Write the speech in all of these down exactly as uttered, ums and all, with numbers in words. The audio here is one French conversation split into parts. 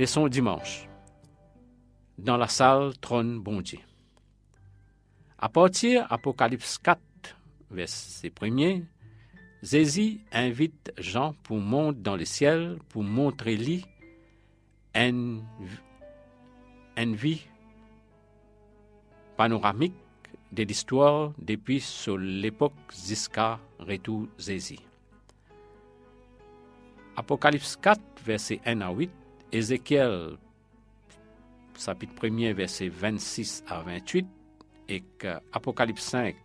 leçon dimanche. Dans la salle trône bon Dieu. À partir Apocalypse quatre, verset premier, Jésus invite Jean pour monter dans le ciel pour montrer lui une, une vie panoramique de l'histoire depuis sur l'époque jusqu'à retour Jésus. Apocalypse quatre, verset un à huit, Ézéchiel, chapitre premier, verset vingt-six à vingt-huit, et Apocalypse cinq,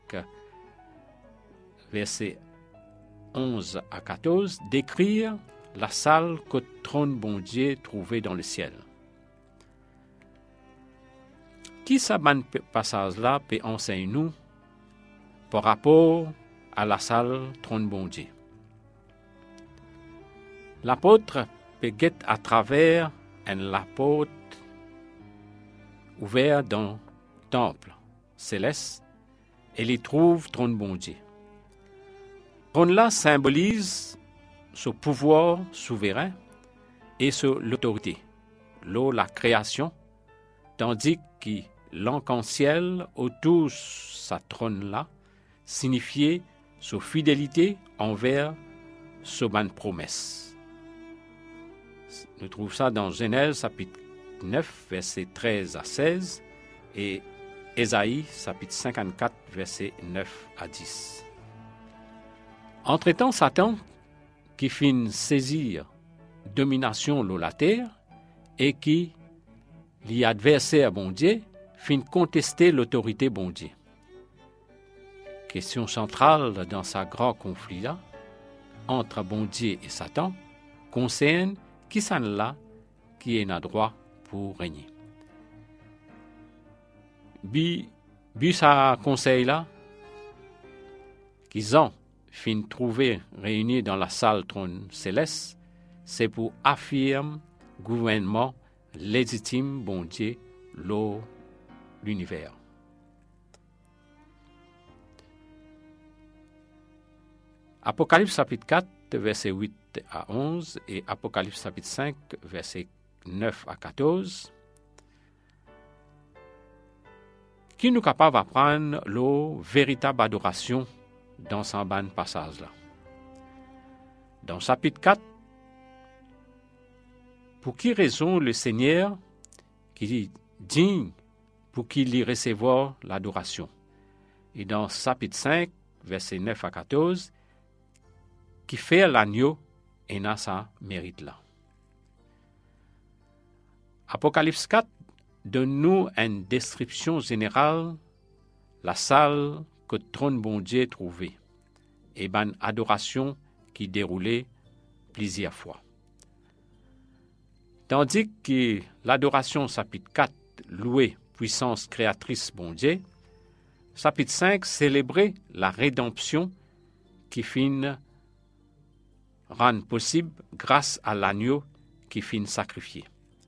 verset onze à quatorze, décrire la salle que trône bon Dieu trouvé dans le ciel. Qui ce passage-là peut enseigner nous par rapport à la salle trône bon Dieu? L'apôtre peut guetter à travers un porte ouvert dans le temple céleste et il trouve trône bon Dieu. Trône-là symbolise ce pouvoir souverain et sur l'autorité, l'eau, la création, tandis que l'arc-en-ciel autour de sa trône-là signifiait sa fidélité envers sa bonne promesse. Nous trouvons ça dans Genèse chapitre neuf, versets treize à seize et Ésaïe chapitre cinquante-quatre, versets neuf à dix. Entre-temps, Satan, qui fin saisir domination de la terre et qui, l'y adversaire bon Dieu, fin contester l'autorité bon Dieu. Question centrale dans ce grand conflit-là, entre bon Dieu et Satan, concerne qui s'en là qui est en droit pour régner. Bi, bi ça conseil là, qu'ils ont fin trouvé réunis dans la salle trône céleste, c'est pour affirmer gouvernement légitime bon Dieu l'eau l'univers. Apocalypse chapitre quatre, verset huit à onze et Apocalypse chapitre cinq, verset neuf à quatorze, qui nous capable d'apprendre la véritable adoration dans ce ban passage-là. Dans chapitre quatre, pour qui raison le Seigneur qui digne pour qu'il y recevoir l'adoration. Et dans chapitre cinq, verset neuf à quatorze, qui fait l'agneau et n'a sa mérite là. Apocalypse quatre donne-nous une description générale la salle que trône bon Dieu trouvé et ban adoration qui déroulait plusieurs fois. Tandis que l'adoration chapitre quatre louait puissance créatrice bon Dieu, chapitre cinq célébrait la rédemption qui fin rend possible grâce à l'agneau qui fin sacrifié.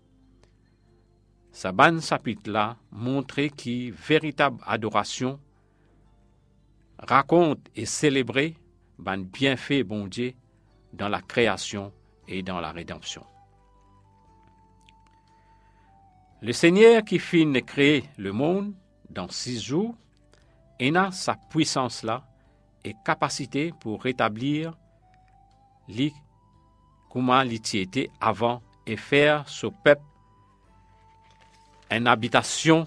Sa ban chapitre-là montrait que véritable adoration raconte et célébrait ban bienfait bon Dieu dans la création et dans la rédemption. Le Seigneur qui fin créer le monde dans six jours, et a sa puissance-là et capacité pour rétablir li comment l'y était avant et faire ce peuple une habitation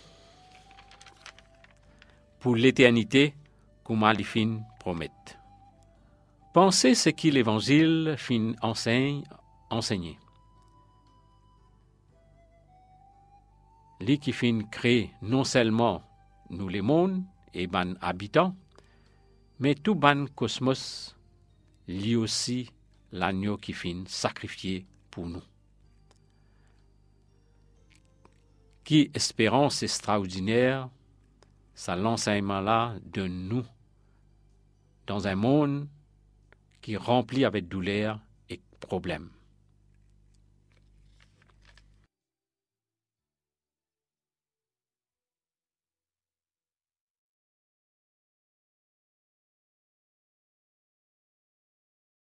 pour l'éternité, comme il fin promet. Pensez ce que l'Évangile fin enseigne, enseigner. Lui qui fin crée non seulement nous les mondes et ban habitants, mais tout ban cosmos, lui aussi l'agneau qui fin sacrifié pour nous. Qui espérance extraordinaire, ça l'enseignement-là de nous, dans un monde qui est rempli avec douleur et problèmes.